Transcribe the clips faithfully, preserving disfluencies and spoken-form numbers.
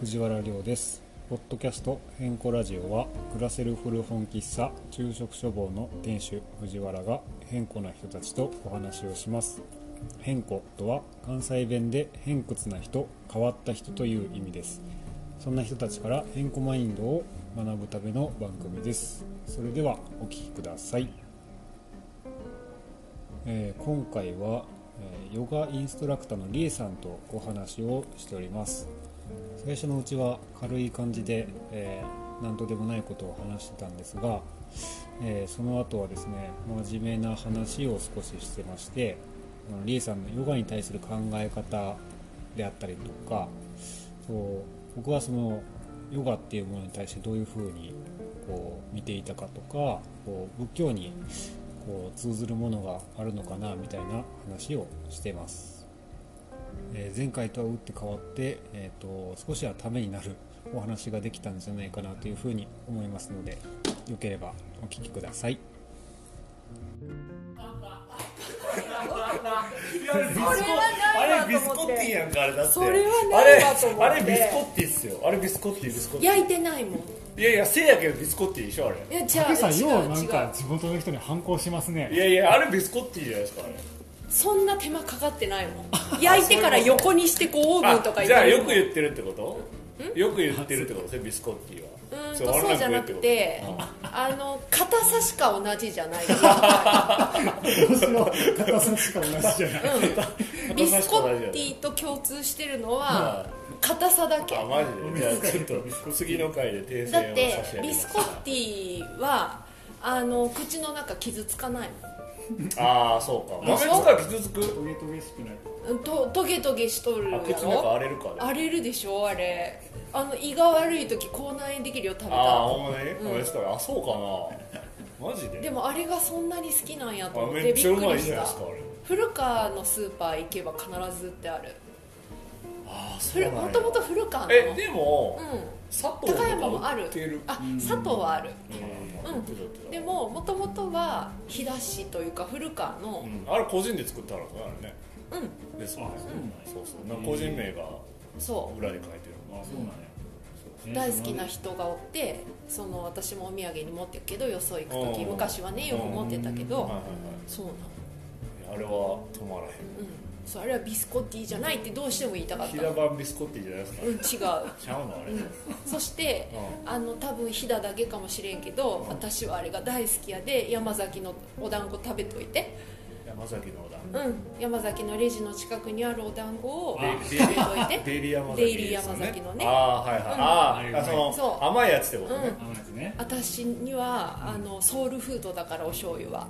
藤原亮です。ポッドキャスト変更ラジオは暮らせる古本喫茶昼食書房の店主藤原が変更な人たちとお話をします。変更とは関西弁で偏屈な人、変わった人という意味です。そんな人たちから変更マインドを学ぶための番組です。それではお聞きください。えー、今回はヨガインストラクターのリエさんとお話をしております。最初のうちは軽い感じで、えー、何とでもないことを話してたんですが、えー、その後はですね、真面目な話を少ししてまして、リエさんのヨガに対する考え方であったりとか、そう僕はそのヨガっていうものに対してどういうふうにこう見ていたかとか、こう仏教にこう通ずるものがあるのかなみたいな話をしています。えー、前回とは打って変わって、えーと、少しはためになるお話ができたんじゃないかなというふうに思いますので、よければお聞きください。 いやあれビスコあれビスコッティやんか。あれだってそれはないわと思って。 あれあれビスコッティっすよ。あれビスコッティビスコッティ焼いてないもん。 いやいやせいやけどビスコッティでしょあれ。 いや違う竹さんようなん違う違うか地元の人に反抗しますね。 いやいやあれビスコッティじゃないですかあれ。 そんな手間かかってないもん。焼いてから横にしてこうオーブンとか入じゃあれる。 よく言ってるってこと？よく言ってるってことですねビスコッティは。 うーんとそうじゃなくて、あの硬さしか同じじゃないですどうしよう、硬さしか同じじゃない、 うん、ビスコッティと共通してるのは硬さだけ。 あマジで。じゃあちょっと次の回で訂正をだって差し上げます。 ビスコッティはあの口の中傷つかないもん。 ああそうか。豆でしょ使う傷つく。 トゲトゲしくない。 うんとトゲトゲしとるやあ口の中ろ。 荒れるかね。 荒れるでしょあれ。あの胃が悪い時口内炎できるよ食べたああら。 ほんまに、 うん豆使う。あそうかな。マジで。 でもあれがそんなに好きなんやとあ思ってびめっちゃうまっくりしたいじゃないですか。あれ。 古川のスーパー行けば必ず売ってある。 あそうなんや。 もともと古川のえでも、 うん佐藤とか高山もある売ってる。 あ佐藤はある。 うんうんでももともとは飛騨市というか古川のうんあれ個人で作ったのかなあれね。 うんですよね。 あそうなんやそうそう。なんか個人名がそ裏に書いてる。 あ、そうなんや。 う大好きな人がおって、その私もお土産に持ってるけどよそ行く時うん昔はねよく持ってたけどはいはいはい。 そうなの。 いやあれは止まらへん。 うんそうあれはビスコッティじゃないってどうしても言いたかった飛騨版ビスコッティじゃないですか。 うん違うちゃうのあれ。 うんそしてうあの多分飛騨だけかもしれんけど私はあれが大好きやで山崎のお団子食べといて、 山崎のお団子。 うん、山崎のレジの近くにあるお団子をデ食べといてデイリー山崎デイリー山崎のねああはいはい、 うんあーあそのそう甘いやつってことね、 うんあのやつね。 私にはあのソウルフードだからお醤油は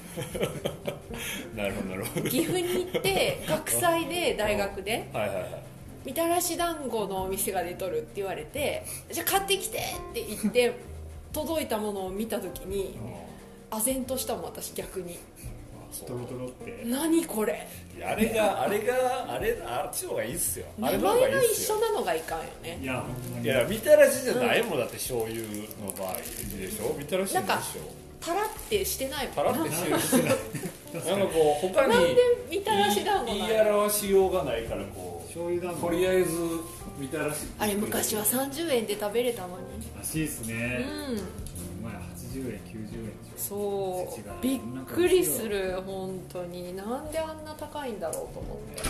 なるほどなるほど。 岐阜に行って学祭で大学ではいはいはいみたらし団子のお店が出とるって言われてじゃあ買ってきてって言って届いたものを見た時に唖然としたもん私逆にトロトロって。 何これいやあれがあれがあれあっちの方がいいっすよ。あ名れの方が前がいいっすよ。 一緒なのがいかんよねいや、ほんまに。 いやみたらしじゃないもんだって醤油の場合でしょ。みたらしじゃないでしょ。 タラってしてないもんパラってしてるしなんかこう他になんでみたらし団子言ないのい表しようがないからこう醤油団子。 とりあえずみたらしあれ昔はさんじゅうえんで食べれたのにらしいですね。 うん前ははちじゅうえん、きゅうじゅうえんでしょ。 そうびっくりする本当になんであんな高いんだろうと思って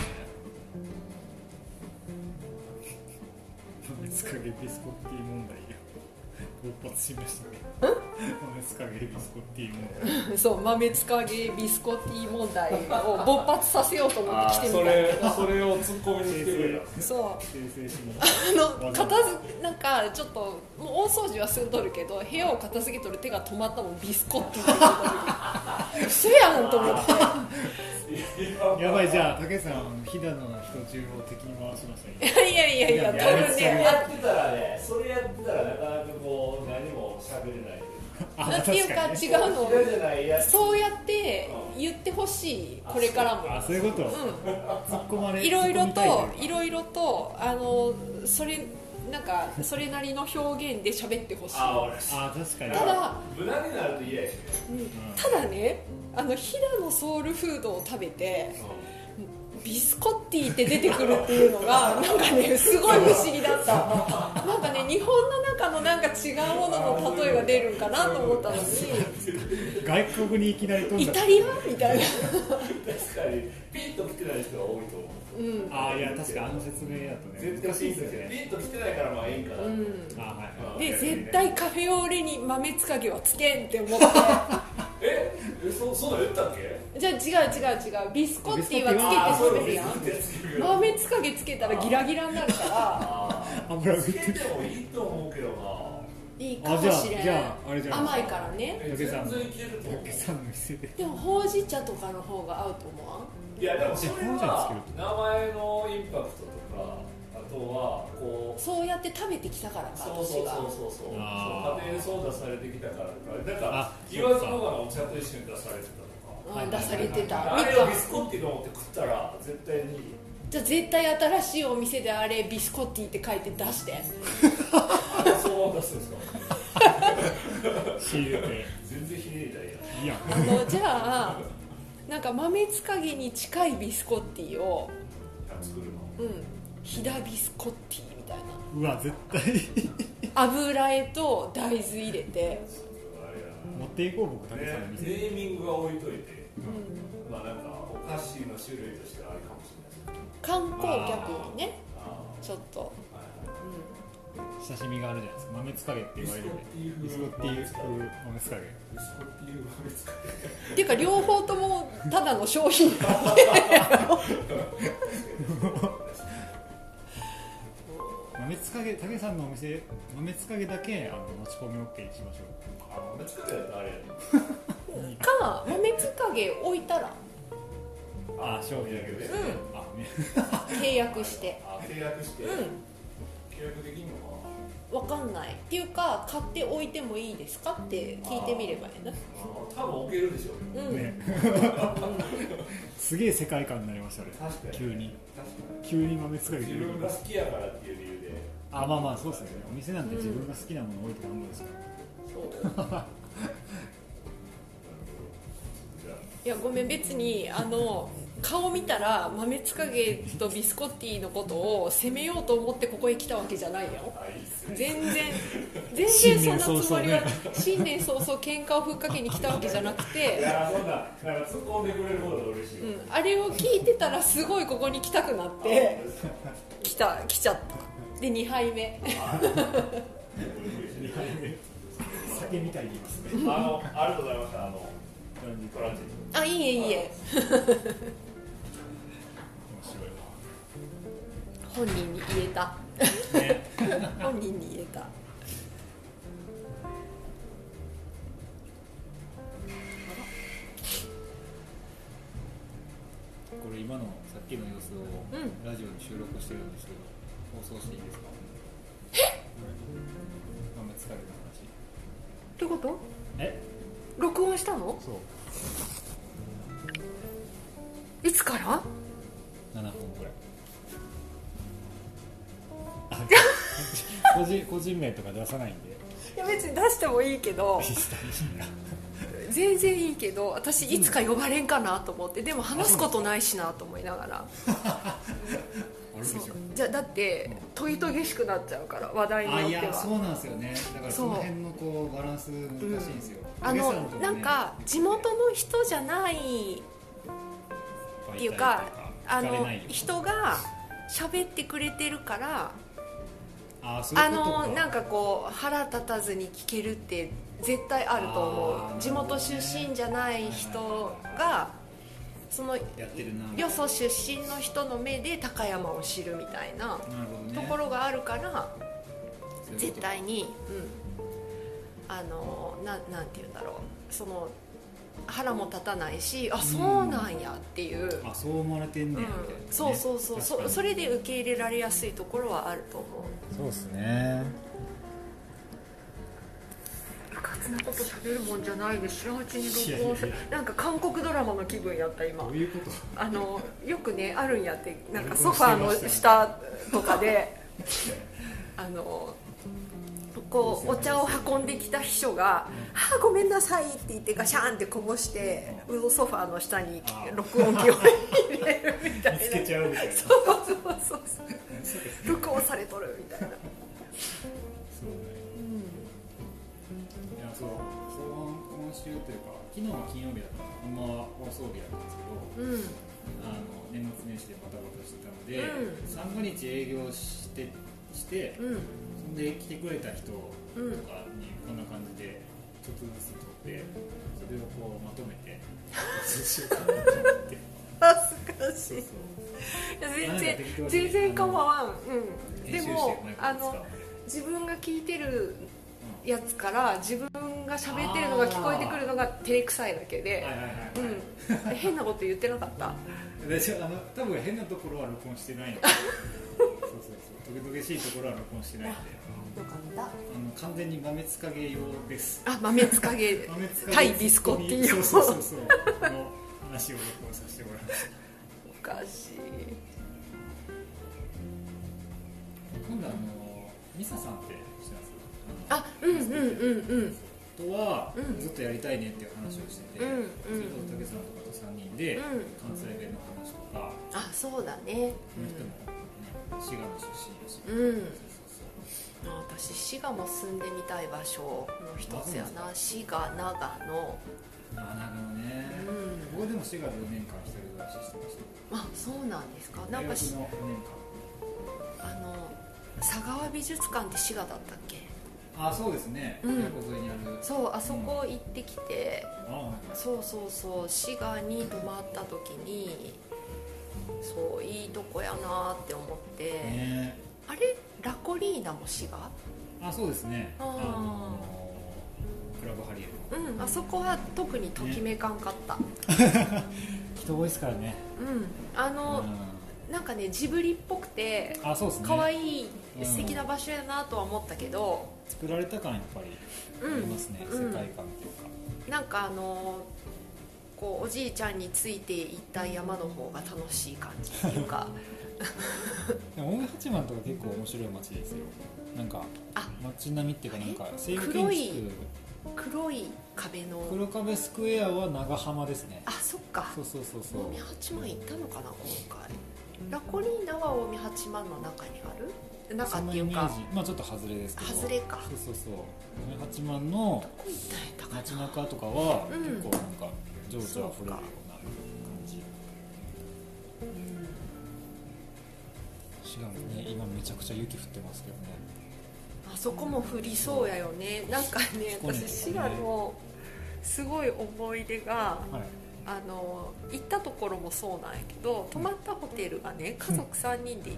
豆つかげビスコッティ問題が勃発しましたね。豆つかげビスコッティ問題。 そう豆つかげビスコッティ問題を勃発させようと思って来てみたそんだけれどそれを突っ込みに来てるやん。 そう訂正します。 あの片付なんかちょっともう大掃除は済んどるけど部屋を片付けとる手が止まったもんビスコッティって言った時嘘やんと思ってやばい、じゃあ竹さん、飛騨の人中を敵に回しましたね。 いやいやいやいや多分ねやってたらね、それやってたらなかなかこう何も喋れない。 あっていうか確に違うの嫌じゃないやつ。 そうやって言ってほしいこれからもあ、そういうこと。 う突っ込まれ。 んいろいろ突っ込みたといいろいろとあのそれなんかそれなりの表現で喋ってほしいあ、俺。 あ、確かに。 ただ無駄になると嫌やし。 ただねあの飛騨のソウルフードを食べてビスコッティって出てくるっていうのがなんかねすごい不思議だった違うものの例えが出るんかなと思ったのに外国にいきなり飛んだイタリアみたいな確かにピンと来てない人が多いと思う、 うん、 ああいや確かあの説明だとね絶対難しいですよねピンと来てないからまあいいんかな、 うん、 あはいはいで絶対カフェオレに豆つかげはつけんって思ってええそそんな言ったっけ？ じゃあ違う違う違うビスコッティはつけて食べるやん豆つかげつけたらギラギラになるから油売ってつけてもいいと思うけどないいかもしれんじゃああれじゃん甘いからねえ全然いけると思う竹さんの店ででもほうじ茶とかの方が合うと思わんいやでもそれえほうじ茶はつける名前のインパクトとかあとはこうそうやって食べてきたからかそうそう私がそうそうそうあー家庭でそう出されてきたからとかなんかあ言わずもがなお茶と一緒に出されてたとかうん出されてたあみかんれをビスコッティと思って食ったら絶対にじゃあ絶対新しいお店であれビスコッティって書いて出してあれそのまま出すんですか仕入れて全然ひねりないやんいいやあのじゃあなんか豆つかげに近いビスコッティを作るのうんひだビスコッティみたいなうわ絶対油絵と大豆入れて、 あれや持っていこう僕竹さんのね、 店ネーミングが置いといて、 うん、 まあなんかお菓子の種類としてはあれかもしれないですけど観光客にねあちょっと、 はいはい親しみがあるじゃないですか豆つかげって言われるよねビスコッティ風豆つかげビスコッティー豆つかうん、っていうか両方ともただの商品豆つかげ竹さんのお店豆つかげだけあの持ち込み OK にしましょあ豆つかげだったらあれやねか豆つかげ置いたらああ商品だけで、 うんあね契約してあ契約して、 う契約できんのかん分かんないっていうか買っておいてもいいですかって聞いてみればいいなな多分置けるでしょうよ、 うん、 ねすげえ世界観になりましたね確かに急に確か急に豆つかげに自分が好きやからっていう理由であまあまあそうですねお店なんて自分が好きなもの置いてなんぼですから、 そうじゃあいやごめん別にあの顔見たら豆つかげとビスコッティのことを責めようと思ってここへ来たわけじゃないよあいいっすね全然全然そんなつもりは新年早々喧嘩をふっかけに来たわけじゃなくいて、 やそんななんか突っ込んでくれることが嬉しいよ、 うん、あれを聞いてたらすごいここに来たくなって来た来ちゃったでにはいめ酒みたいに言いますねあのありがとうございましたあのトランジットあいいえいいえ面白いわ本人に言えたね本人に言えたこれ今のさっきの様子をうんラジオに収録してるんですけど、放送していいですか？豆つかげの話。 ってことえ？ 録音したのそういつからななふんぐらいあ個人個人名とか出さないんでいや別に出してもいいけど全然いいけど私いつか呼ばれんかなと思ってでも話すことないしなと思いながらあるでしょじゃあだってトゲトゲしくなっちゃうから話題にあよってはいやそうなんですよねだからその辺のこうバランス難しいんですよ、 あのお客さんともねなんか地元の人じゃないっていうかあ聞かれのないよ人が喋ってくれてるからあそういあうことかのなんかこう腹立たずに聞けるって絶対あると思あーう地元出身じゃない人がそのやってるなよそ出身の人の目で高山を知るみたいななるほどねところがあるからそういうこと絶対に、うん、あのななんていうんだろうその腹も立たないしあそうなんやっていう、うんあそう思われてんねんみたいな、ねそうそうそうそそれで受け入れられやすいところはあると思うそうですねうかつなこと喋るもんじゃないで知らんうちに録音するいやいやいなんか韓国ドラマの気分やった今どういうことあのよくねあるんやってなんか録ソファーの音してました下とかであのこうお茶を運んできた秘書が「あごめんなさい」って言ってガシャンってこぼしてソファーの下に録音機を入れるみたいな見つけちゃうみたいなそうそうそうそう録音されとるみたいな、 そうね昨日は金曜日だったの、今は放送日だったんですけど、 うんあの年末年始でバタバタしてたので、 うん、 三が日営業してして、 うん、 そんで来てくれた人とうん、 かにこんな感じでちょっとずつ撮って、それをこうまとめてしようかなと思って恥ずかしい。いや全然そう全然構わん、うん、で編集してもうまいことあの自分が聞いてるやつから自分が喋ってるのが聞こえてくるのが照れくさいだけで、 はいはいはい、 うん、変なこと言ってなかった私はあの多分変なところは録音してないのでそうそうそう、トゲトゲしいところは録音してないので、 よかった。 あの完全に豆つかげ用です。 あ、豆つかげ豆つかげ対ビスコッティ用。 そうそうそうそうの話を録音させてもらいました。 おかしい。 今度あのミサさんって知ってます？ あ、うんうんうんうんとは、 うん、 ずっとやりたいねっていう話をしてて、 うんうん、 それこそ竹さんとかとさんにんで、 うん、 関西弁の話とか、 あ、そうだね、 この人も、ね、滋賀の出身だし、 うん、 そうそうそう、 私滋賀も住んでみたい場所の一つやな。滋賀、長野、 あ、長野ね、 うん、 僕でも滋賀でよねんかん一人暮らししてました。 あ、そうなんですか。なんか大学のよねんかん。 あの佐川美術館って滋賀だったっけ？ あ、そうですね、 うん、 都沿いにある。 そう、あそこ行ってきて、 うん、あ、 そうそうそう、滋賀に泊まった時に、そういいとこやなって思って、 ね、 あれラコリーナも滋賀？ あ、そうですね、 ああのクラブハリエルの、 うん、あそこは特にときめかんかった、 ね、人多いですからね、 うん、あの、うん、なんかねジブリっぽくて、 あ、そうですね、 かわいい素敵な場所やなとは思ったけど、 作られた感やっぱりありますね、うん、世界観っていうか、 なんかあのこうおじいちゃんについていった山の方が楽しい感じっていうかでも大江八幡とか結構面白い街ですよ。なんか街並みっていうか、なんか西部建築、 黒い黒い壁の黒壁スクエアは長浜ですね。 あ、そっか、 そうそうそうそう、 大江八幡行ったのかな今回。ラコリーナは大江八幡の中にある中っていうか、 まあちょっと外れですけど、 外れか、 そうそうそう、大江八幡の街中とかは結構なんか情緒あふれるような感じ、うん、滋賀もね、今めちゃくちゃ雪降ってますけどね。 あそこも降りそうやよね。なんかね、私滋賀のすごい思い出が、はい、あの行ったところもそうなんやけど、泊まったホテルがね、家族さんにんで行って、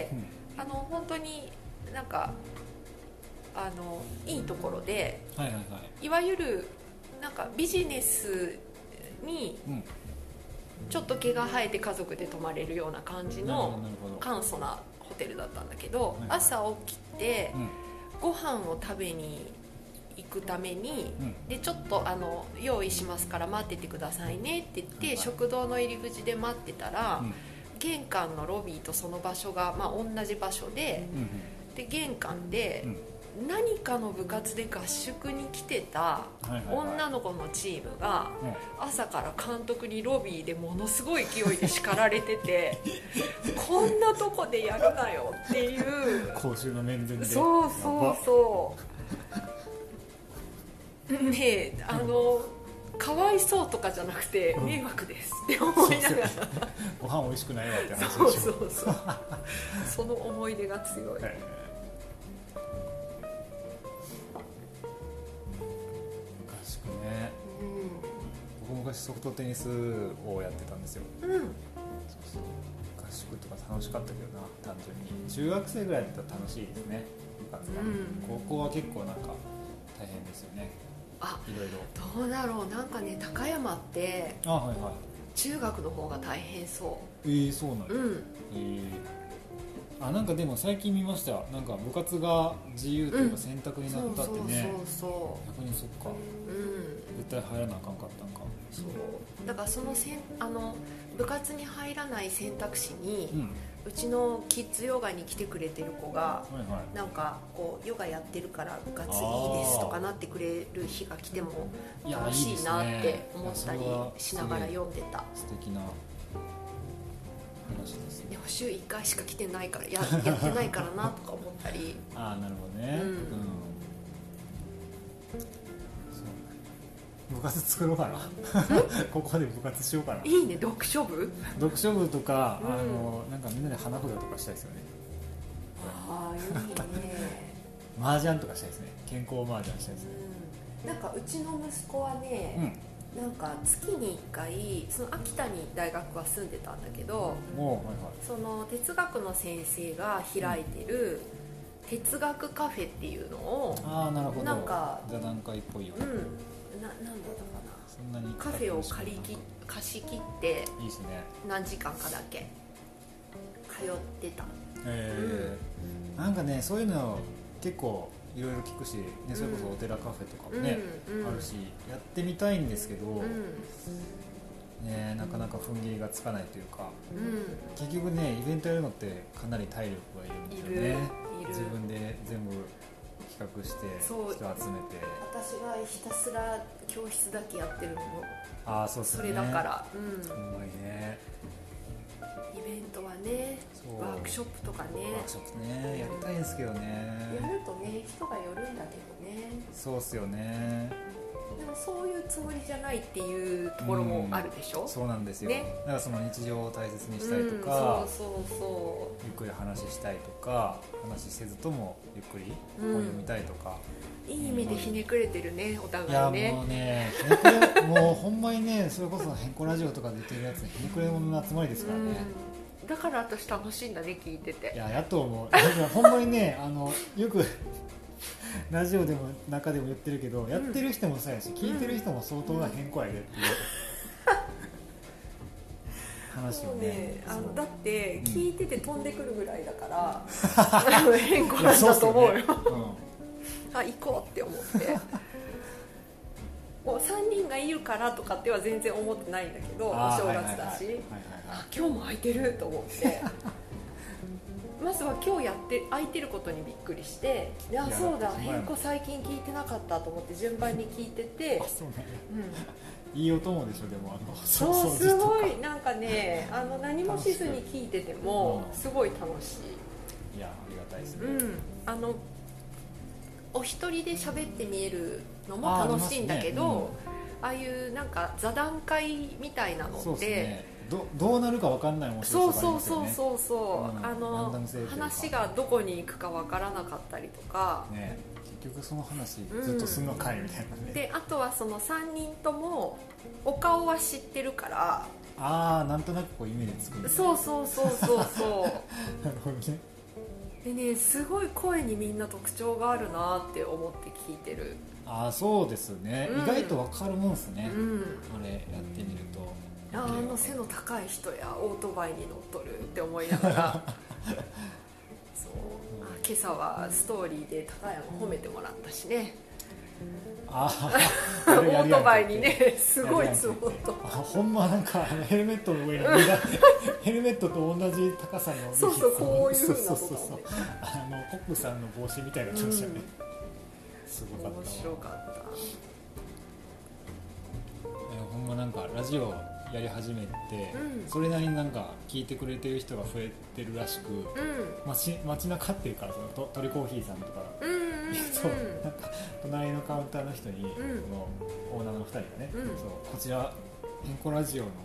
うん、あの本当になんかあのいいところで、はいはいはい、いわゆるなんかビジネスにちょっと毛が生えて家族で泊まれるような感じの簡素なホテルだったんだけど、朝起きてご飯を食べに行くために、でちょっとあの用意しますから待っててくださいねって言って食堂の入り口で待ってたら、玄関のロビーとその場所がまあ同じ場所で、で玄関で何かの部活で合宿に来てた女の子のチームが朝から監督にロビーでものすごい勢いで叱られててこんなとこでやるなよっていう公衆の面前で、 そうそうそうねえ、あのかわいそうとかじゃなくて迷惑ですって思いながらご飯美味しくないわって話でしょ。 そうそうそうその思い出が強い、はい、 ね、うん、僕昔ソフトテニスをやってたんですよ、うん、そうそう、合宿とか楽しかったけどな、単純に中学生ぐらいだったら楽しいですね、部活が、うん、高校は結構なんか大変ですよね。 あ、 いろいろどうだろう、なんかね、高山ってあ、はいはい、 中学の方が大変そう。 えー、そうなんだ、うん、えー、あ、なんかでも最近見ました、なんか部活が自由というか選択になったってね、うん、そうそうそうそう、逆にそっか、うん、絶対入らなあかんかったんか。 そうだからそのせんあの部活に入らない選択肢に、うん、うちのキッズヨガに来てくれてる子が、はいはい、なんかこうヨガやってるから部活いいですとかなってくれる日が来ても楽しいなって思ったりしながら読んでた。 素敵な話ですね。 でも週いっかいしか来てないから や, やってないからなとか思ったりああ、なるほどね、うん、うん、そう、 部活作ろうかなここで部活しようかな。 いいね、読書部。 読書部とか、 うん、 あのなんかみんなで花札とかしたいですよね。 ああいいね麻雀とかしたいですね。健康麻雀したいですね、 うん、なんかうちの息子はね、うん、なんか月にいっかいその秋田に大学は住んでたんだけど、 うん、はいはい、 その哲学の先生が開いてる哲学カフェっていうのを、 ああなるほど、 なんか座談会っぽいよ、 うん、ななんだったかな、 そんなにカフェを借りき貸し切っていいですね、 何時間かだけ通ってた。 えーうん、なんかねそういうの結構いろいろ聞くし、ね、それこそお寺カフェとかもね、うんうん、あるしやってみたいんですけど、うんね、なかなか踏ん切りがつかないというか、うん、結局ねイベントやるのってかなり体力がいるんですよね。自分で全部企画して人集めて、 私がひたすら教室だけやってるのもあそうですね、 それだから、うん、 うまいね。 イベントはね、ワークショップとかね、 ワークショップねやりたいんですけどね。 やるとね人が寄るんだけどね。 そうっすよね。 でもそういうつもりじゃないっていうところもあるでしょ、うん、 そうなんですよ、ね、だからその日常を大切にしたいとか、うん、そうそうそうゆっくり話したいとか、話せずともゆっくり本読みたいとか、 うん、いい意味でひねくれてるね、お互いね。 いやもうねひねくれもうほんまにねそれこそ変更ラジオとかで言ってるやつひねくれ者の集まりですからね、 うん、だから私楽しいんだね聞いてて。 いややと思うほんまにねあのよくラジオでも中でも言ってるけど、うん、やってる人もそうやし聞いてる人も相当な変更やでっていう、うん、話をね、ねあのだって聞いてて飛んでくるぐらいだから、うん、変更なんだと思うよ、ねうん、あ行こうって思ってもうさんにんがいるからとかっては全然思ってないんだけど、お正月だし今日も空いてると思ってまずは今日やって空いてることにびっくりして、いやそうだ変更最近聞いてなかったと思って順番に聞いてて、 あそうね、うん、いい音もでしょ。でもあのそうすごいなんかねあの何もしずに聞いててもすごい楽しい。 いやありがたいですね、 うん、あのお一人で喋って見えるのも楽しいんだけど あ,、ねうん、ああいうなんか座談会みたいなのって、 ど, どうなるか分かんない面白さがありますよね。 そうそうそうそう、うん、あの話がどこに行くか分からなかったりとか、 ね、結局その話ずっとすんのかいみたいなね、 うん、であとはそのさんにんともお顔は知ってるからああなんとなくこうイメージつくんだ、ね、 そうそうそうそうそうなるほどね。 でねすごい声にみんな特徴があるなって思って聞いてる。 ああそうですね、うん、意外と分かるもんですね、うん、あれやってみるとあの背の高い人やオートバイに乗っとるって思いながらそうあ今朝はストーリーで高山褒めてもらったしね。 あオートバイにねすごい積もっとほんまなんかヘルメットの上にヘルメットと同じ高さのそうそうこういう風なとこ、ね、 そうそうそうあのコックさんの帽子みたいなのしてましたね、うん、すごかった。 面白かった。 えほんまなんかラジオやり始めて、うん、それなりになんか聞いてくれてる人が増えてるらしく、うん、街, 街中っていうかそのと鳥コーヒーさんとか、うんうんうん、そうなんか隣のカウンターの人に、うん、そのオーナーのふたりがね、うん、そうこちら変更ラジオの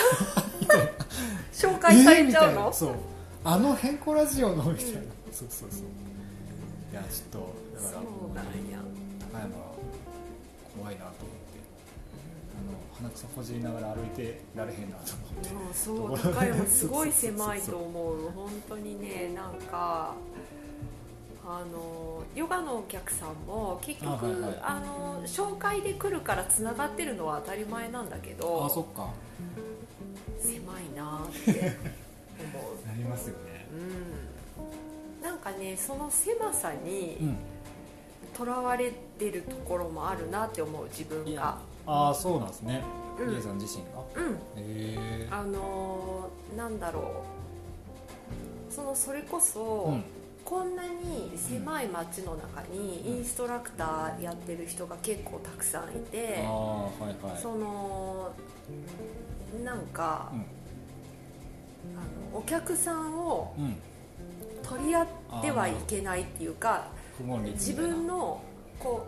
紹介されちゃうの、 えー、そうあの変更ラジオのみたいな、うん、そうそうそういやちょっとだからそうなんや高山は怖いなと思って。鼻くそほじりながら歩いてられへんなと思って。そう高山すごい狭いと思う。本当にねなんかあのヨガのお客さんも結局 あ、はいはい、あの紹介で来るからつながってるのは当たり前なんだけど、 あそっか狭いなって思うなりますよね、 うん、なんかねその狭さにとらわれてるところもあるなって思う自分が。 ああそうなんですね、うん、リエさん自身が、 うん、へあのー、なんだろうそのそれこそ、うん、こんなに狭い街の中にインストラクターやってる人が結構たくさんいて、 うんあはいはい、 そのなんか、うん、あのお客さんを取り合ってはいけないっていうか、うん、自分のこう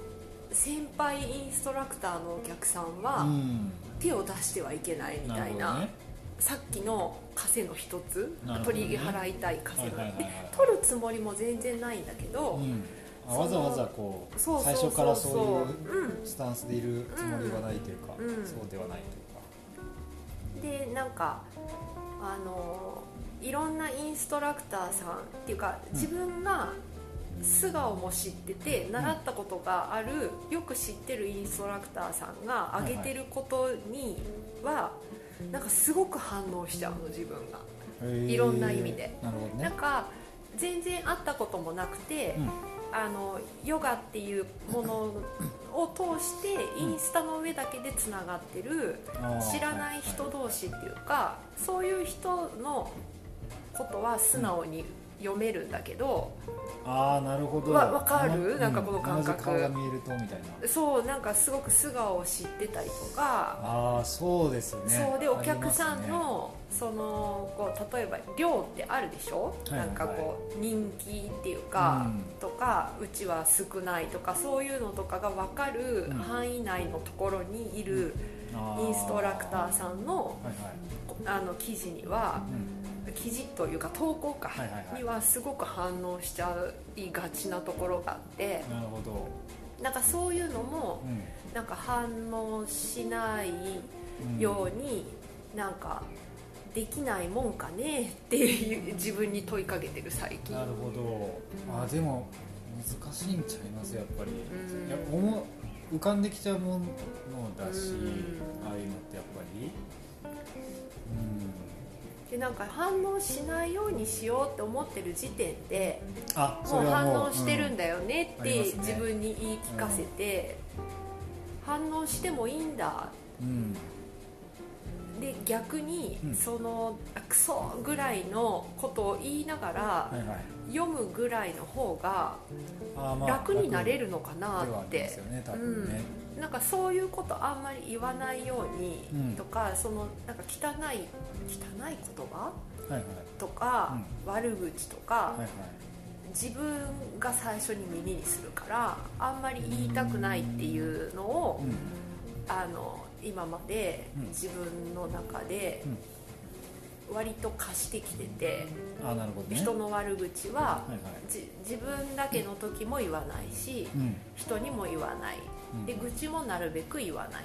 先輩インストラクターのお客さんはうん手を出してはいけないみたいな、 るほどね、 さっきの稼の一つ、 なるほどね取り払いたい稼の、 はいはいはいはいで取るつもりも全然ないんだけど、 うんあそのわざわざこうそうそうそうそう最初からそういううんスタンスでいるつもりはないというか、 うんそうではないというか、 でなんかあのいろんなインストラクターさんっていうか、自分が素顔も知ってて習ったことがある、よく知ってるインストラクターさんが挙げてることにはなんかすごく反応しちゃうの、自分がへーいろんな意味で。 なるほどね。 なんか全然会ったこともなくて、 うんあのヨガっていうものを通してインスタの上だけでつながってるあー知らない人同士っていうか、そういう人のことは素直に読めるんだけど、 ああなるほど。 わわかるうんなんかこの感覚同じ顔が見えるとみたいな。 そうなんかすごく素顔を知ってたりとか、 ああそうですね。 そうでお客さんありますねのそのこう例えば量ってあるでしょ、 はいはいはいなんかこう人気っていうか、 うんとかうちは少ないとかそういうのとかが分かるうん範囲内のところにいるあーインストラクターさんのはいはい。 あの記事には、 うん記事というか投稿かはいはいはいにはすごく反応しちゃいがちなところがあって、 なるほど。 なんかそういうのもうんなんか反応しないようになんかできないもんかねっていう自分に問いかけてる最近。 なるほど。あでも難しいんちゃいますやっぱり。 うんいや思う浮かんできちゃうものだし、 うんああいうのってやっぱり。うん。 でなんか反応しないようにしようって思ってる時点であそもうれはもう反応してるんだよねってうんありますね自分に言い聞かせて、反応してもいいんだうん。 で逆にうんそのクソぐらいのことを言いながらはいはい。 読むぐらいの方があーまあ楽になれるのかな楽ではありまってすよね多分ね。 うん、なんかそういうことあんまり言わないようにうんとか、そのなんか汚い汚い言葉はいはいとか、悪口とか、 はいはい。 自分が最初に耳にするからあんまり言いたくないっていうのを、 うんあの今までうん自分の中でうん割と貸してきてて、 あなるほどね。 人の悪口は、 はいはい。 じ自分だけの時も言わないし、 うん人にも言わない、 うんで愚痴もなるべく言わない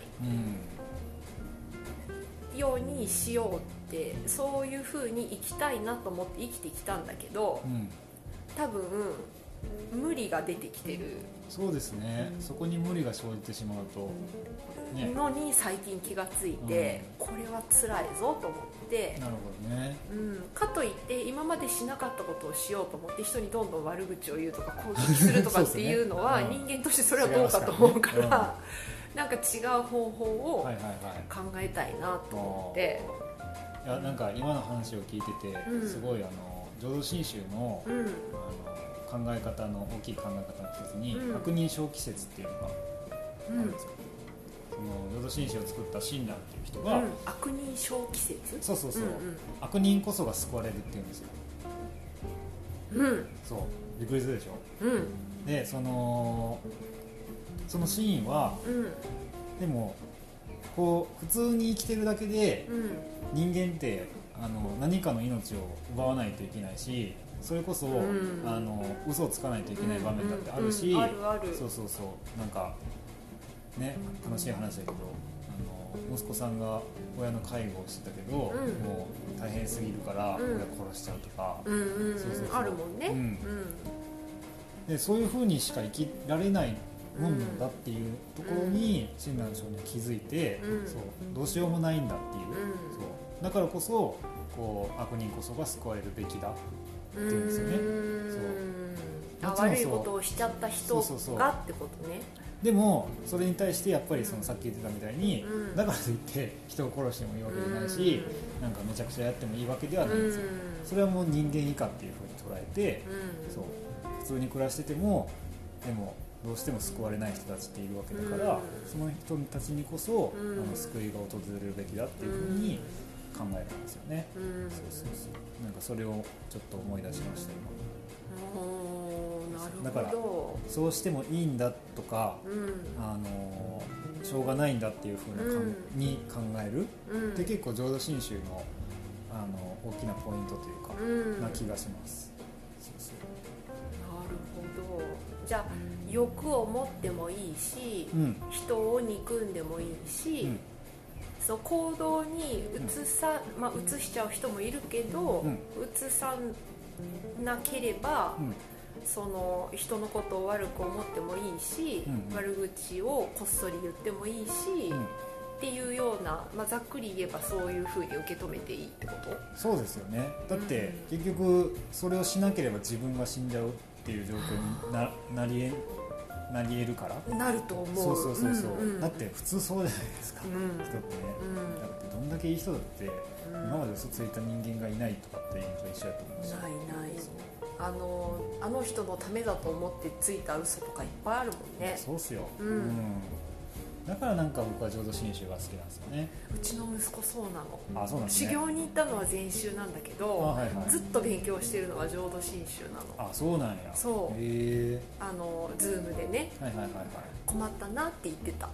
うんようにしようってそういう風に生きたいなと思って生きてきたんだけど、 うん。 多分無理が出てきてるそうですね。そこに無理が生じてしまうとね。 のに最近気がついて、これは辛いぞと思って、 なるほどね。 うん、かといって今までしなかったことをしようと思って人にどんどん悪口を言うとか攻撃するとかっていうのはそうですねうん人間としてそれはどうかと思うから、 違いまなんか違う方法をはいはいはい。 考えたいなと思って、 いやなんか今の話を聞いてて、 うんすごいあの浄土真宗の,、 うんあの考え方の大きい考え方の一つに、 うん悪人小季節っていうのがあうんるんですよ。その浄土真宗を作った親鸞っていう人うが、 ん、悪人小季節そうそうそう、 うん悪人こそが救われるっていうんですよ。 うんうんそうびっくりするでしょ。 うんでそのその真意はうんでもこう普通に生きてるだけでうん人間ってあの何かの命を奪わないといけないし、それこそ、 うんあの嘘をつかないといけない場面だってあるし、 うんうんあるあるそうそうそうなんかね悲しい話だけどあの息子さんが親の介護をしてたけど、 んもう大変すぎるからうん親殺しちゃうとか、 うんうんうんそうそうそうあるもんねうんうんでそういう風にしか生きられないもんなんだっていうところに親鸞上人は気づいて、 うんそうどうしようもないんだっていう、 うんそうだからこそこう悪人こそが救われるべきだっていうんですよね。 あもちろんそう悪いことをしちゃった人そうそうそうがってことね。 でもそれに対してやっぱりそのさっき言ってたみたいに、 うんだからといって人を殺してもいいわけじゃないし、なんかめちゃくちゃやってもいいわけではないんですよ。それはもう人間以下っていうふうに捉えて、 うんそう普通に暮らしててもでもどうしても救われない人たちっているわけだから、 うんその人たちにこそ、 うんあの救いが訪れるべきだっていうふうに考えたんですよね。 うんそうそうそうなんかそれをちょっと思い出しました今。 おーなだからなるほそうしてもいいんだとか、 ど、うんあのしょうがないんだっていうふうなかん、 うんに考える、 うんで結構浄土真宗の、あの大きなポイントというか、 うんな気がします。そうそうなるほど。じゃあ欲を持ってもいいし、 うん人を憎んでもいいし、 うんその行動に移さ、まあ、移しちゃう人もいるけど、 うん移さなければ、 うんその人のことを悪く思ってもいいし、 うんうん悪口をこっそり言ってもいいし、 うんっていうような、まあ、ざっくり言えばそういうふうに受け止めていいってこと？ そうですよね。だって、 うん結局それをしなければ自分が死んじゃうっていう状況に な, なりえなりえるから。 なると思う。 そうそうそうそう、 んんだって普通そうじゃないですか、 うん人ってね、 うんだってどんだけいい人だって、 うん今まで嘘ついた人間がいないとかっていうのと一緒やと思うし。 ないないそうあのあの人のためだと思ってついた嘘とかいっぱいあるもんね。 そうっすよ、 うんだからなんか僕は浄土真宗が好きなんですよね。 うちの息子そうなの。 あ、そうなんですね。 修行に行ったのは禅宗なんだけど、 あ、はいはい、 ずっと勉強してるのは浄土真宗なの。 あ、そうなんや。 そうへえ。 あのズームでね、 はいはいはいはい。 困ったなって言ってた。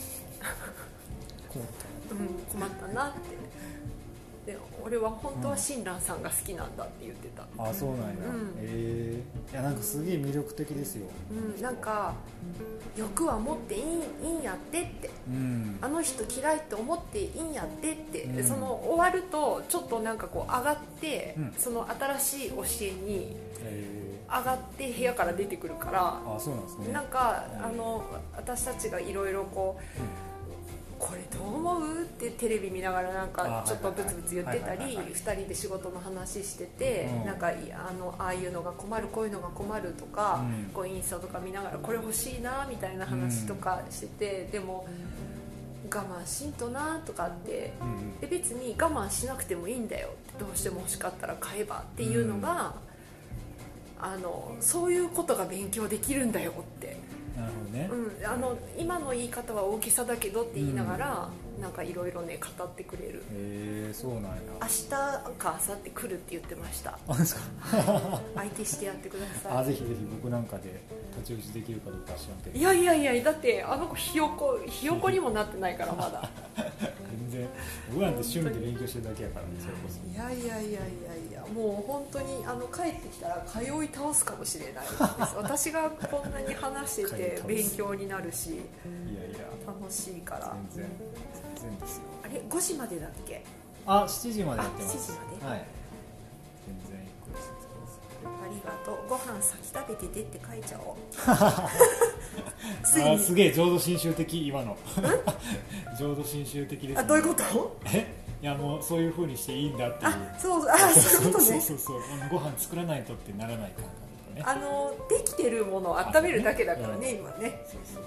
こううん、困ったなって。で俺は本当は親鸞さんが好きなんだって言ってた。 あ、そうなんや。 うんへえ。いや、なんかすげえ魅力的ですよ。 うん、なんか欲は持っていい、いいんやってって、 うんあの人嫌いって思っていいんやってって、 うんその終わるとちょっとなんかこう上がって、 うんその新しい教えにへ上がって部屋から出てくるからー、あ、そうなんですね。 なんかうんあの私たちがいろいろこう、これどう思うってテレビ見ながらなんかあちょっとブツブツ言ってたりはいはいはいはいふたりで仕事の話してて、 うんなんかいあのああいうのが困るこういうのが困るとか、 うんこうインスタとか見ながらこれ欲しいなみたいな話とかしてて、でも我慢しんとなとかってうんうんで別に我慢しなくてもいいんだよどうしても欲しかったら買えばっていうのが、あのそういうことが勉強できるんだよって。 なるほどね。 うん、あの今の言い方は大げさだけどって言いながら、なんかいろいろね語ってくれる。 へえ、そうなんや。 明日か明後日来るって言ってましたあ、ですか。 相手してやってくだあ、 さぜひぜひ僕なんかで太刀打ちできるかどうかは知らんけど。 いいやいやいやだってあの子ひよこひよこにもなってないからまだ全然僕なんて趣味で勉強してるだけやからね、それこそ。 いやいやいやいやいやもう本当にあの帰ってきたら通い倒すかもしれないです私がこんなに話してて勉強になるしいやいや、 楽しいから全然全然ですよ。 あれごじまでだっけ？ あ、しちじまでやってます。 あしちじまではい。全然ゆっくりしてありがとうご飯先食べててって書いちゃおうます。 ついにあ、すげえ浄土真宗的今の。浄土真宗的です、ね。 あどういうこと？ え、いやもうそういう風にしていいんだっていう。 あそうあそういうことねそうそうそう。あのご飯作らないとってならない感覚ね。 あのできてるものを温めるだけだからね、今ねそうそう。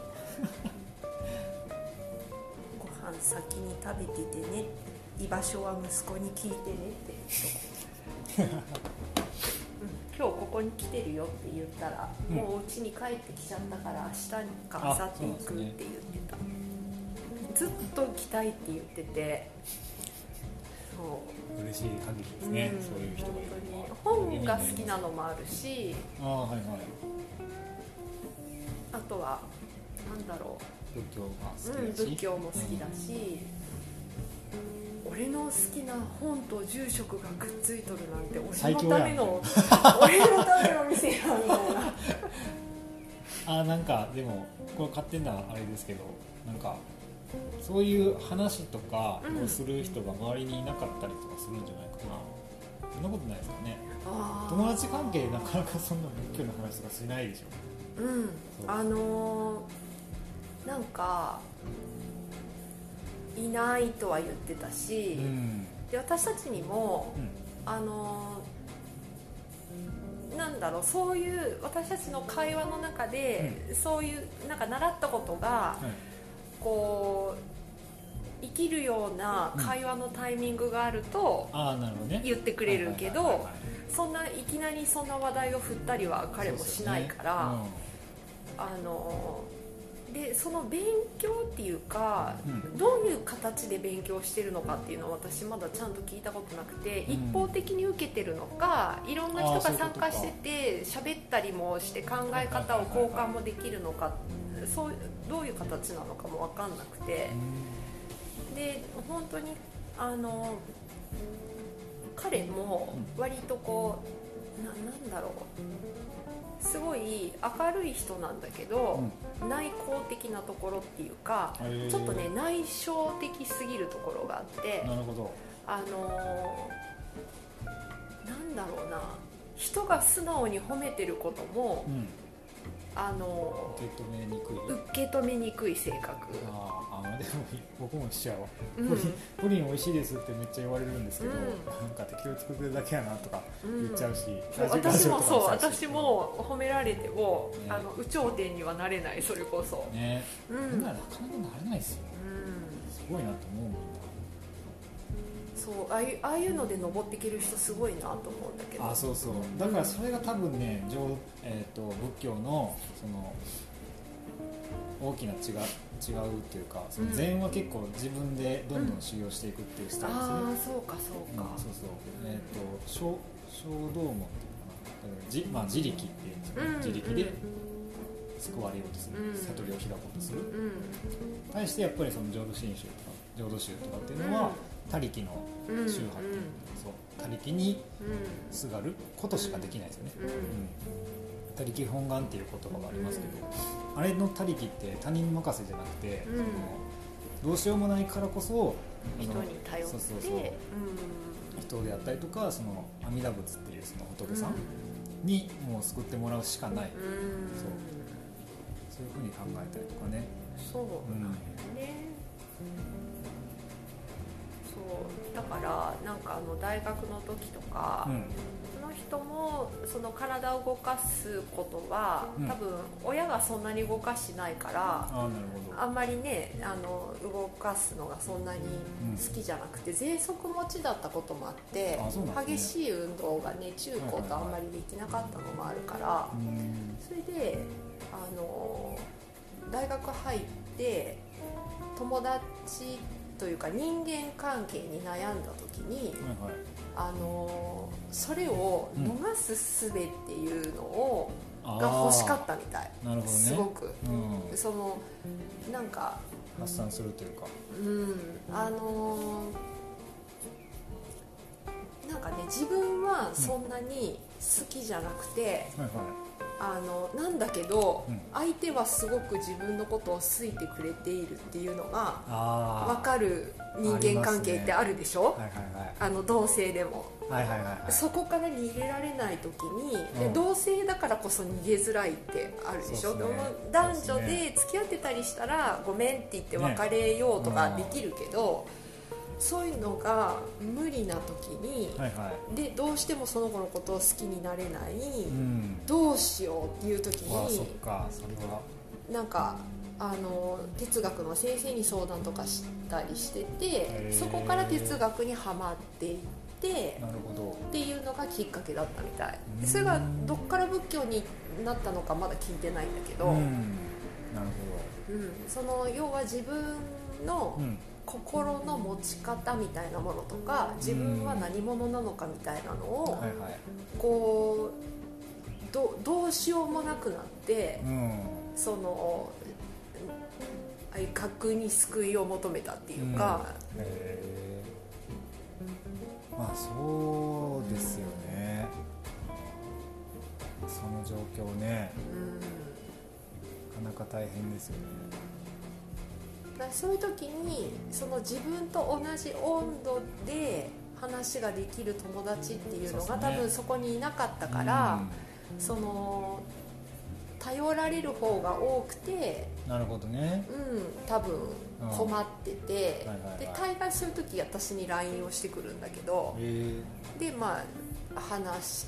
ご飯先に食べててね居場所は息子に聞いてねって、うん、今日ここに来てるよって言ったら、 うんもう家に帰ってきちゃったから明日か明後日行くって言ってた、ずっと来たいって言っててそう嬉しい限りですね、 うんそういう人がいる本当に本が好きなのもあるしああ、はいはい。 あとはなんだろ仏教がう、うん、 好きだし、 仏教も好きだし、俺の好きな本と住職がくっついとるなんて俺のための俺のための店やんみたいなあ、なんかでもこれ勝手なあれですけど、なんかそういう話とかをする人が周りにいなかったりとかするんじゃないかな。そんなことないですかね。 あー友達関係でなかなかそんな仏教の話とかしないでしょ。 うんあのー、なんかいないとは言ってたし、 うんで私たちにもうんあのーなんだろうそういう私たちの会話の中で、そういうなんか習ったことが、 はいこう生きるような会話のタイミングがあるとああ、なるほどね。 言ってくれるけはいはいはいどはいそんないきなりそんな話題を振ったりは彼もしないから、あのでその勉強っていうか、 うん、 どういう形で勉強してるのかっていうのは私まだちゃんと聞いたことなくて、うん、一方的に受けてるのかいろんな人が参加してて喋ったりもして考え方を交換もできるのか、そうどういう形なのかも分かんなくて、うん、で本当にあの彼も割とこう な, なんだろうすごい明るい人なんだけど、うん、内向的なところっていうかちょっとね内省的すぎるところがあって、 なるほど、 あのなんだろうな人が素直に褒めてることも、うん、あの受け止めにくい受け止めにくい性格。 ああでも僕もしちゃうわ、 うん、 プリン、プリン美味しいですってめっちゃ言われるんですけど、うん、なんか適当に作ってるだけやなとか言っちゃうし、 うん、私もそう私も褒められても、ね、あの有頂天にはなれないそれこそね、 うん、 みんななかなかなれないですよ、うん、すごいなと思うもん。 そうああいう、ああいうので登っていける人すごいなと思うんだけど、 あそうそうだからそれが多分ね、えー、と仏教のその大きな違う違うっていうか、その禅は結構自分でどんどん修行していくっていうスタイルですね、うん、 ああそうかそうか、 うん、そうそうえっ、ー、と小小道門っていうかな、まあ、自力っていうんですよね、うん、自力で救われようとする、うん、悟りを開こうとする、うん、対してやっぱりその浄土真宗とか浄土宗とかっていうのは、うん他力の宗派っていう、うん、そう他力にすがることしかできないですよね、うんうん、他力本願っていう言葉がありますけど、うん、あれの他力って他人任せじゃなくて、うん、そのどうしようもないからこそ人に頼って、そうそうそう、うん、 人であったりとかその阿弥陀仏っていうその仏さんにもう救ってもらうしかない、うん、そう、そういうふうに考えたりとかね、 そうなんだよね、だからなんかあの大学の時とか、うん、その人もその体を動かすことは、うん、多分親がそんなに動かしないから、 あ、なるほど、 あんまりねあの動かすのがそんなに好きじゃなくて、うん、喘息持ちだったこともあって、ね、激しい運動がね中高とあんまりできなかったのもあるから、はいはいはい、それであの大学入って友達というか人間関係に悩んだ時に、はいはい、あのそれを逃す術っていうのを、うん、が欲しかったみたい、 なるほどね、 すごく、 うん、 そのなんか発散するというか、 うん、あのなんかね自分はそんなに好きじゃなくて、うんはいはい、あのなんだけど、うん、相手はすごく自分のことを好いてくれているっていうのが分かる人間関係ってあるでしょ、はいはいはい、あの同性でも、はいはいはいはい、そこから逃げられない時に、うん、で同性だからこそ逃げづらいってあるでしょ、で、ね、男女で付き合ってたりしたらごめんって言って別れようとかできるけど、ねうん、そういうのが無理な時に、はいはい、でどうしてもその子のことを好きになれない、うん、どうしようっていう時に、 あ、そっか、それはなんかあの哲学の先生に相談とかしたりしてて、そこから哲学にはまっていってなるほどっていうのがきっかけだったみたい。それがどっから仏教になったのかまだ聞いてないんだけど、うん、 なるほど、 うん、その要は自分の、うん心の持ち方みたいなものとか自分は何者なのかみたいなのを、はいはい、こう ど, どうしようもなくなって、うん、その格に救いを求めたっていうか、うん、へー、まあそうですよね、その状況ね、うん、なかなか大変ですよね。 そういう時にその自分と同じ温度で話ができる友達っていうのが多分そこにいなかったから、うん、その頼られる方が多くて、 なるほどね、 うん、多分困ってて、うんはいはいはい、で大概そういう時私に ライン をしてくるんだけど、でまあ話して、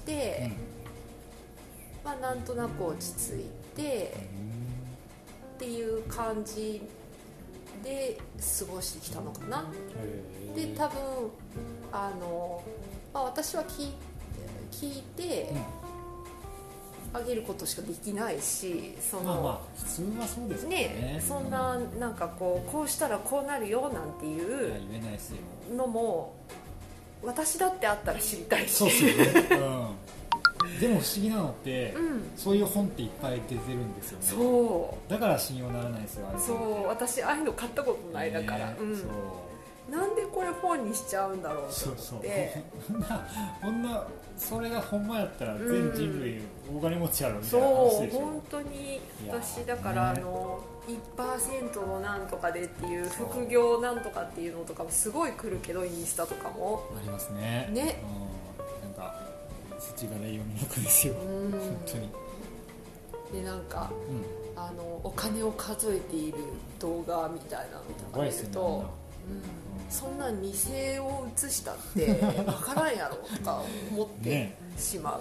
うん、まあなんとなく落ち着いて、うん、っていう感じで過ごしてきたのかな。で多分あの、まあ、私は聞い、聞いて、 あげることしかできないし、そのまあまあ普通はそうですよね。 ね、そんななんかこうこうしたらこうなるよなんていいやう言えないですよ。 のも私だってあったら知りたいし。 そうですよね、うん、でも不思議なのって、 うん、 そういう本っていっぱい出てるんですよね。 そうだから信用ならないですよ、あれ。 そう私ああいうの買ったことないだから、 ね、 うん、 そうなんでこれ本にしちゃうんだろうとそうそう思ってこんなこんなそれがほんまやったら全人類大金持ちやろみたそいな話うでしょ。 本当に私いやだから、 ね、 あの いちパーセント のなんとかでっていう副業なんとかっていうのとかもすごい来るけど、インスタとかもありますね。 ね、 うん、なんか土がね読みにくいですよ、 うん本当に。 でなんかうん、 あのお金を数えている動画みたいなのとか見ると、うん、そんなん偽を映したってわからんやろとか思ってねしまう、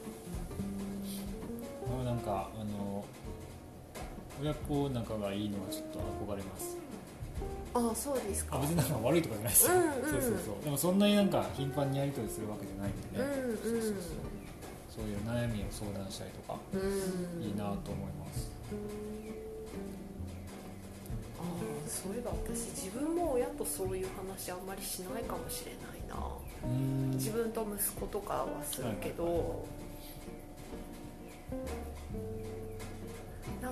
なんかあの親子仲がいいのはちょっと憧れます。 ああそうですか。 あ、別になんか悪いとかじゃないですよ、 うんうん、 そうそうそう。でもそんなになんか頻繁にやり取りするわけじゃないんでね、 うんうん、 そうそうそう、そういう悩みを相談したりとか、 うん、 いいなと思います。 ああそういえば私自分も親とそういう話あんまりしないかもしれないな。 うーん、 自分と息子とかはするけど、 はいはいはい、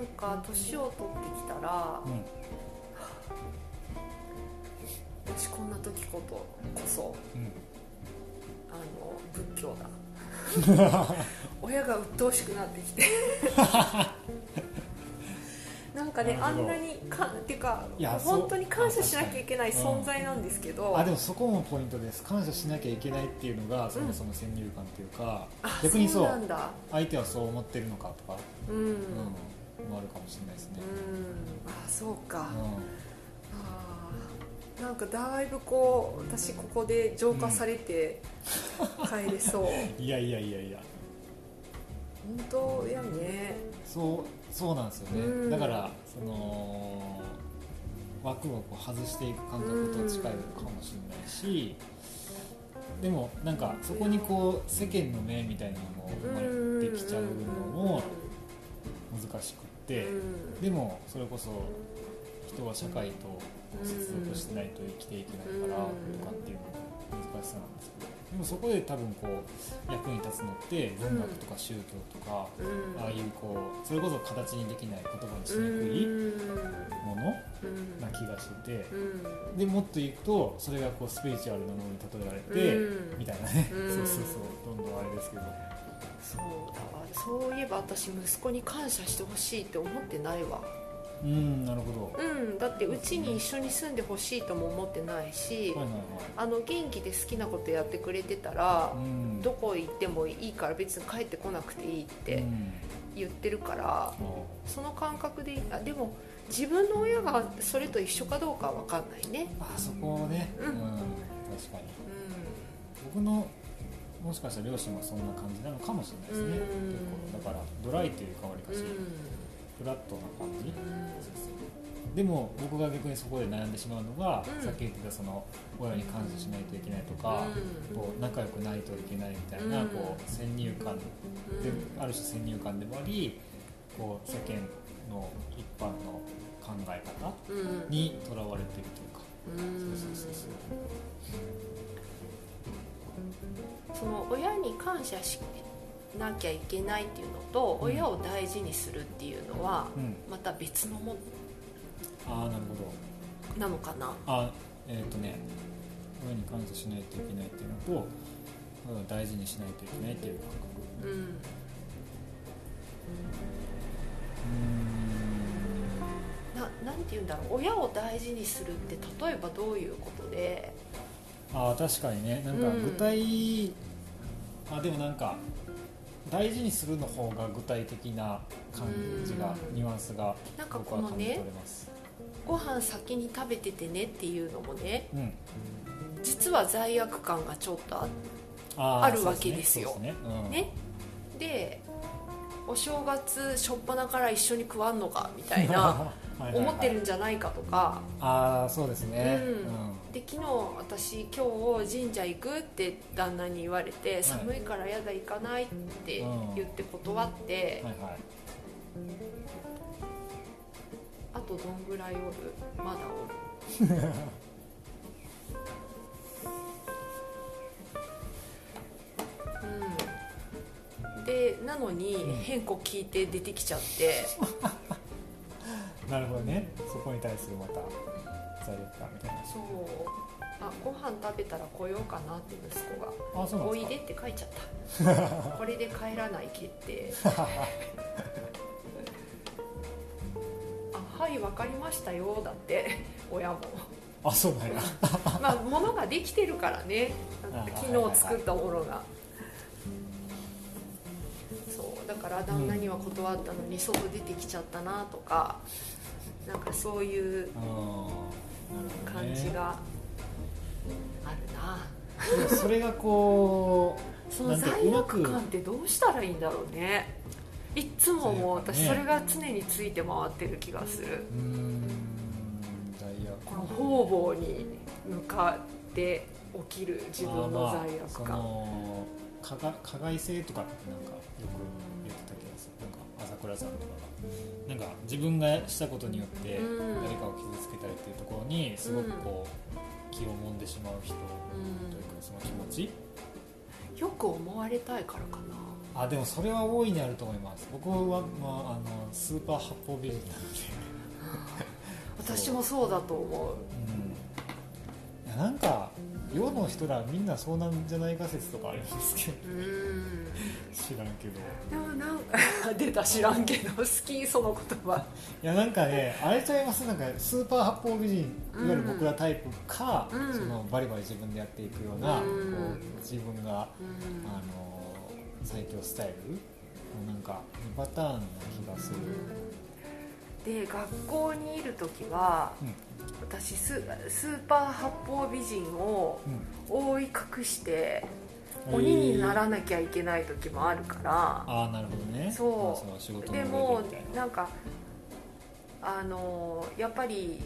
なんか年を取ってきたら、 うん、 私こんな時ことこそ、 うん、 あの仏教だ親が鬱陶しくなってきてなんかね、あんなにかっていうか本当に感謝しなきゃいけない存在なんですけど、 うん、あでもそこもポイントです。感謝しなきゃいけないっていうのがそもそも先入観っていうか、 うん、 逆にそう、 そうなんだ、 相手はそう思ってるのかとか、 うん、 うん、もあるかもしれないですね。 うん、あそうか、 うん、 あなんかだいぶこう私ここで浄化されて帰れそう、 うん、いやいやいやいや本当やね。 そうそうなんですよね、うん、だからその枠をこう外していく感覚と近いのかもしれないし、うん、でもなんかそこにこう世間の目みたいなのも生まれてきちゃうのも難しくって、うん、でもそれこそ人は社会と接続してないと生きていけないからとかっていうのが難しさなんですけど、でもそこで多分こう役に立つのって文学とか宗教とか、うん、ああいうこうそれこそ形にできない言葉にしにくいものな気がしてて、うん、でもっと言うとそれがこうスピリチュアルなものに例えられて、うん、みたいなね、うん、そうそうそうどんどんあれですけど、 そうだわ。そういえば私息子に感謝してほしいって思ってないわ。 うん、なるほど、 うん、だってうちに一緒に住んでほしいとも思ってないし、はいはいはい、あの元気で好きなことやってくれてたら、うん、どこ行ってもいいから別に帰ってこなくていいって言ってるから、うん、その感覚であでも自分の親がそれと一緒かどうかは分かんないね。 あそこね、うんうん、確かに、うん、僕のもしかしたら両親もそんな感じなのかもしれないですね、うん、結構だからドライというかわりかし、うんフラットな感じ、うん、でも僕が逆にそこで悩んでしまうのが、うん、さっき言ってたその親に感謝しないといけないとか、うん、こう仲良くないといけないみたいな、うん、こう先入観で、うん、ある種先入観でもありこう世間の一般の考え方にとらわれているというか、うん、そうそうそうそうその親に感謝しなきゃいけないっていうのと、うん、親を大事にするっていうのは、うん、また別のもの、 ああなるほどなのかな。 あえっ、ー、とね親に感謝しないといけないっていうのと大事にしないといけないっていう感覚、うん、うーんななんて言うんだろう。親を大事にするって例えばどういうことで。 ああ確かにねなんか具体、うん、あでもなんか大事にするの方が具体的な感じがニュアンスが僕は感じ取れます。 ご飯先に食べててねっていうのもね、うん、実は罪悪感がちょっと あ, あ, あるわけですよ。ね、うんね、でお正月しょっぱなから一緒に食わんのかみたいな思ってるんじゃないかとか、 ああそうですね、 うん、で昨日私今日神社行くって旦那に言われて、はい、寒いからやだ行かないって言って断って、うんはいはい、あとどんぐらいおる？まだおるうん、でなのに変更聞いて出てきちゃって、 うん、なるほどね。そこに対するまた罪悪感みたいな。 そう、あご飯食べたら来ようかなって息子が、あそうなんですか。おいでって書いちゃったこれで帰らない決定あはい分かりましたよだって親もあそうなんやまあ物ができてるからね、昨日作ったものがそうだから旦那には断ったのに外出てきちゃったなとか、なんかそういう感じがあるな。 それがこうその罪悪感ってどうしたらいいんだろうね。いつももう私それが常について回ってる気がする。うーん罪悪この方々に向かって起きる自分の罪悪感、 加害、加害性とかってなんかよく言ってた気がする。なんか朝倉さんとかがなんか自分がしたことによって誰かを傷つけたりっていうところにすごくこう気をもんでしまう人というかその気持ち、 よく思われたいからかな。 あでもそれは大いにあると思います。僕は、まあ、あのスーパー八方美人なので私もそうだと思う、 うん、いやなんか世の人らみんなそうなんじゃないか説とかありますけどうん知らんけどでもなんか出た知らんけど好きその言葉いやなんかねあれちゃいます。なんかスーパー八方美人いわゆる僕らタイプか、うん、そのバリバリ自分でやっていくような、うん、こう自分が、うん、あの最強スタイルのなんかにパターンな気がする、 うん、で学校にいるときは、うん、私 ス, スーパー八方美人を覆い隠して、うん、鬼にならなきゃいけない時もあるから、 ああなるほどね。 そう、 まあ、その仕事のでもなんかあのやっぱり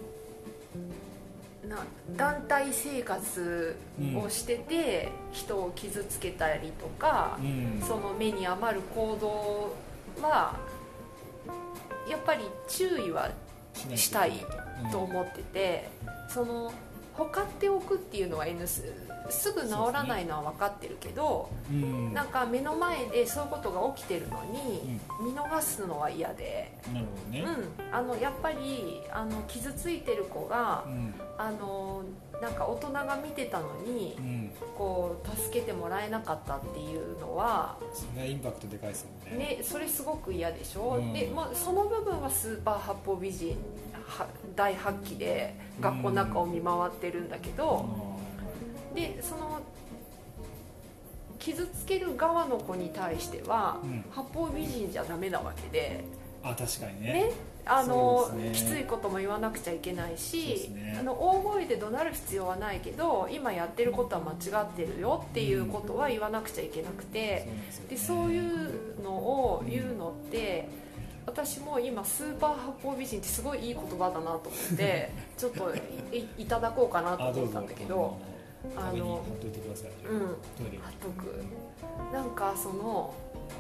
な団体生活をしてて、うん、人を傷つけたりとか、うん、その目に余る行動はやっぱり注意はしたいと思ってて、うん、そのほかっておくっていうのは N す, すぐ治らないのは分かってるけど、うん、なんか目の前でそういうことが起きてるのに、うん、見逃すのは嫌で、 なるほどね、 うん、あのやっぱりあの傷ついてる子が、うん、あのなんか大人が見てたのに、うん、こう助けてもらえなかったっていうのはそれはインパクトでかいですもんね。 ね、それすごく嫌でしょ、うん、で、まあ、その部分はスーパー八方美人大発揮で学校の中を見回ってるんだけど、うん、でその傷つける側の子に対しては、うん、八方美人じゃダメなわけで、 あ確かにね、 ね、あのね、きついことも言わなくちゃいけないし、ね、あの大声で怒鳴る必要はないけど今やってることは間違ってるよっていうことは言わなくちゃいけなくて、うん、でそういうのを言うのって、うん、私も今スーパー八方美人ってすごいいい言葉だなと思ってちょっと い, いただこうかなと思ったんだけど、 あの貼っといてください。 うん、貼っとく。なんかその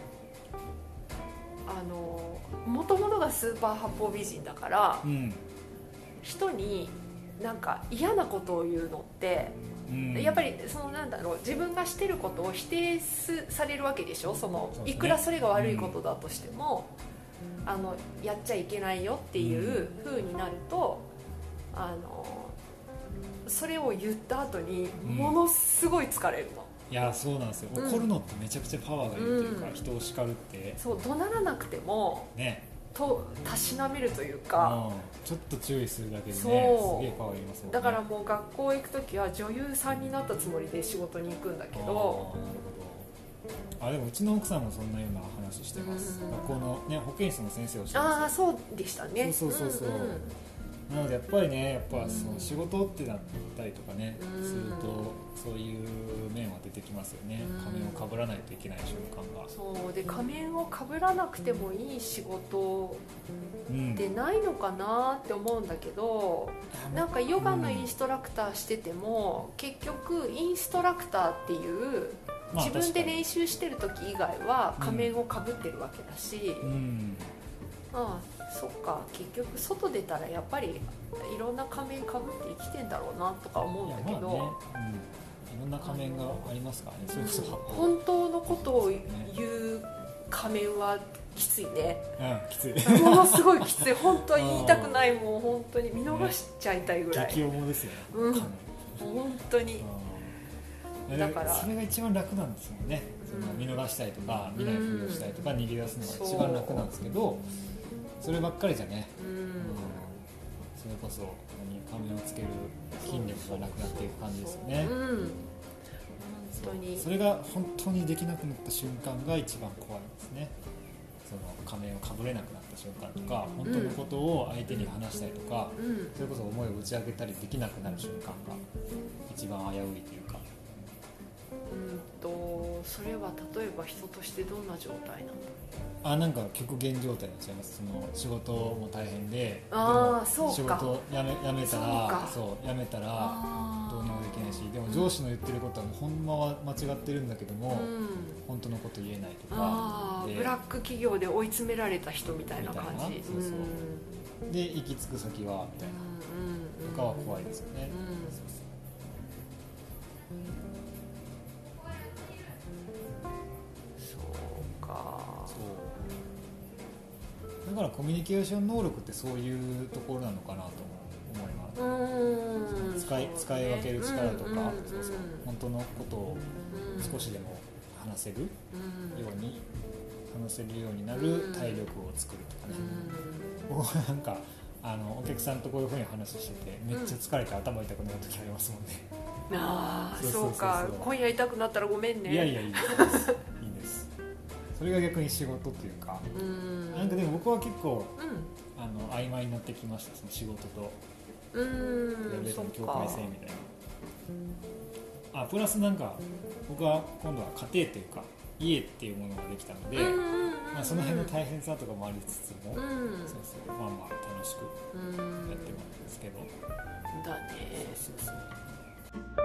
あの元々がスーパー八方美人だから、うん、人になんか嫌なことを言うのって、うん、やっぱりそのなんだろう自分がしてることを否定されるわけでしょ。そのそうですね、いくらそれが悪いことだとしても、うん、あのやっちゃいけないよっていう風になると、うん、あのそれを言った後にものすごい疲れるの。 いやそうなんですよ、怒るのってめちゃくちゃパワーがいるというか、うん、人を叱るってそう怒鳴らなくても、ね、とたしなめるというか、 うん、ちょっと注意するだけでねすげえパワーいりますもんね。 だからもう学校行くときは女優さんになったつもりで仕事に行くんだけど、あ、なるほど。あでもうちの奥さんもそんなような話してます、うん、学校の、ね、保健室の先生をしてます。 ああそうでしたね。 そうそうそうそう、うんうん、 なのでやっぱりね、やっぱその仕事ってなったりとかね、 うんするとそういう面は出てきますよね、 うん仮面をかぶらないといけない瞬間が。 そうで、仮面をかぶらなくてもいい仕事うんってないのかなって思うんだけど、なんかヨガのインストラクターしてても、結局インストラクターっていうまあ自分で確かに練習してる時以外は仮面をかぶってるわけだし、 うんああそっか、結局外出たらやっぱりいろんな仮面かぶって生きてんだろうなとか思うんだけど、 いやまあね、うん、いろんな仮面がありますからね、それこそ発砲本当のことを言う仮面はきついね。 うんきついものすごいきつい、本当に言いたくない、もう本当に見逃しちゃいたいぐらい、 激重ですよね、 うん仮面本当に。 うんだからそれが一番楽なんですもんね、そのうん見逃したりとか見ないふりをしたりとか逃げ出すのが一番楽なんですけど、そればっかりじゃね、 ううんんそれこそ何仮面をつける筋力がなくなっていく感じですよね。 うん本当にそれが本当にできなくなった瞬間が一番怖いですね。その仮面をかぶれなくなった瞬間とか、本当のことを相手に話したりとか、 うんそれこそ思いを打ち明けたりできなくなる瞬間が一番危ういというか。 うんとそれは例えば人としてどんな状態なんだ。 あ、なんか極限状態になっちゃいます。その仕事も大変で、 あーでもそうか仕事辞め辞めたそうらかそう辞めたらあーどうにもできないし、でも上司の言ってることはもうほんまは間違ってるんだけども、 うん本当のこと言えないとかであーブラック企業で追い詰められた人みたいな感じ。 みたいなそうそうで行き着く先はみたいなうんうんとかは怖いですよね。 うんそうそうそうか。 そうだからコミュニケーション能力ってそういうところなのかなと思います。 うん使い使い分ける力とか、 うんうんうんそうそう本当のことをうん少しでも話せるうんように話せるようになる体力を作るとかね、僕はなんかあのお客さんとこういうふうに話しててめっちゃ疲れて頭痛くなる時ありますもんね、 ああそうそうそうそうそうか、今夜痛くなったらごめんね。 いやいやいいですいいんですそれが逆に仕事っていうか、 うんなんかでも僕は結構うんあの曖昧になってきました。その仕事とうプライベートんそっの境界か線みたいな。あプラスなんか僕は今度は家庭というか家っていうものができたので、 うんうんうんうんまあ、その辺の大変さとかもありつつも、 うんそうそうまあまあ楽しくうんやってますけど、 だね。 そうそう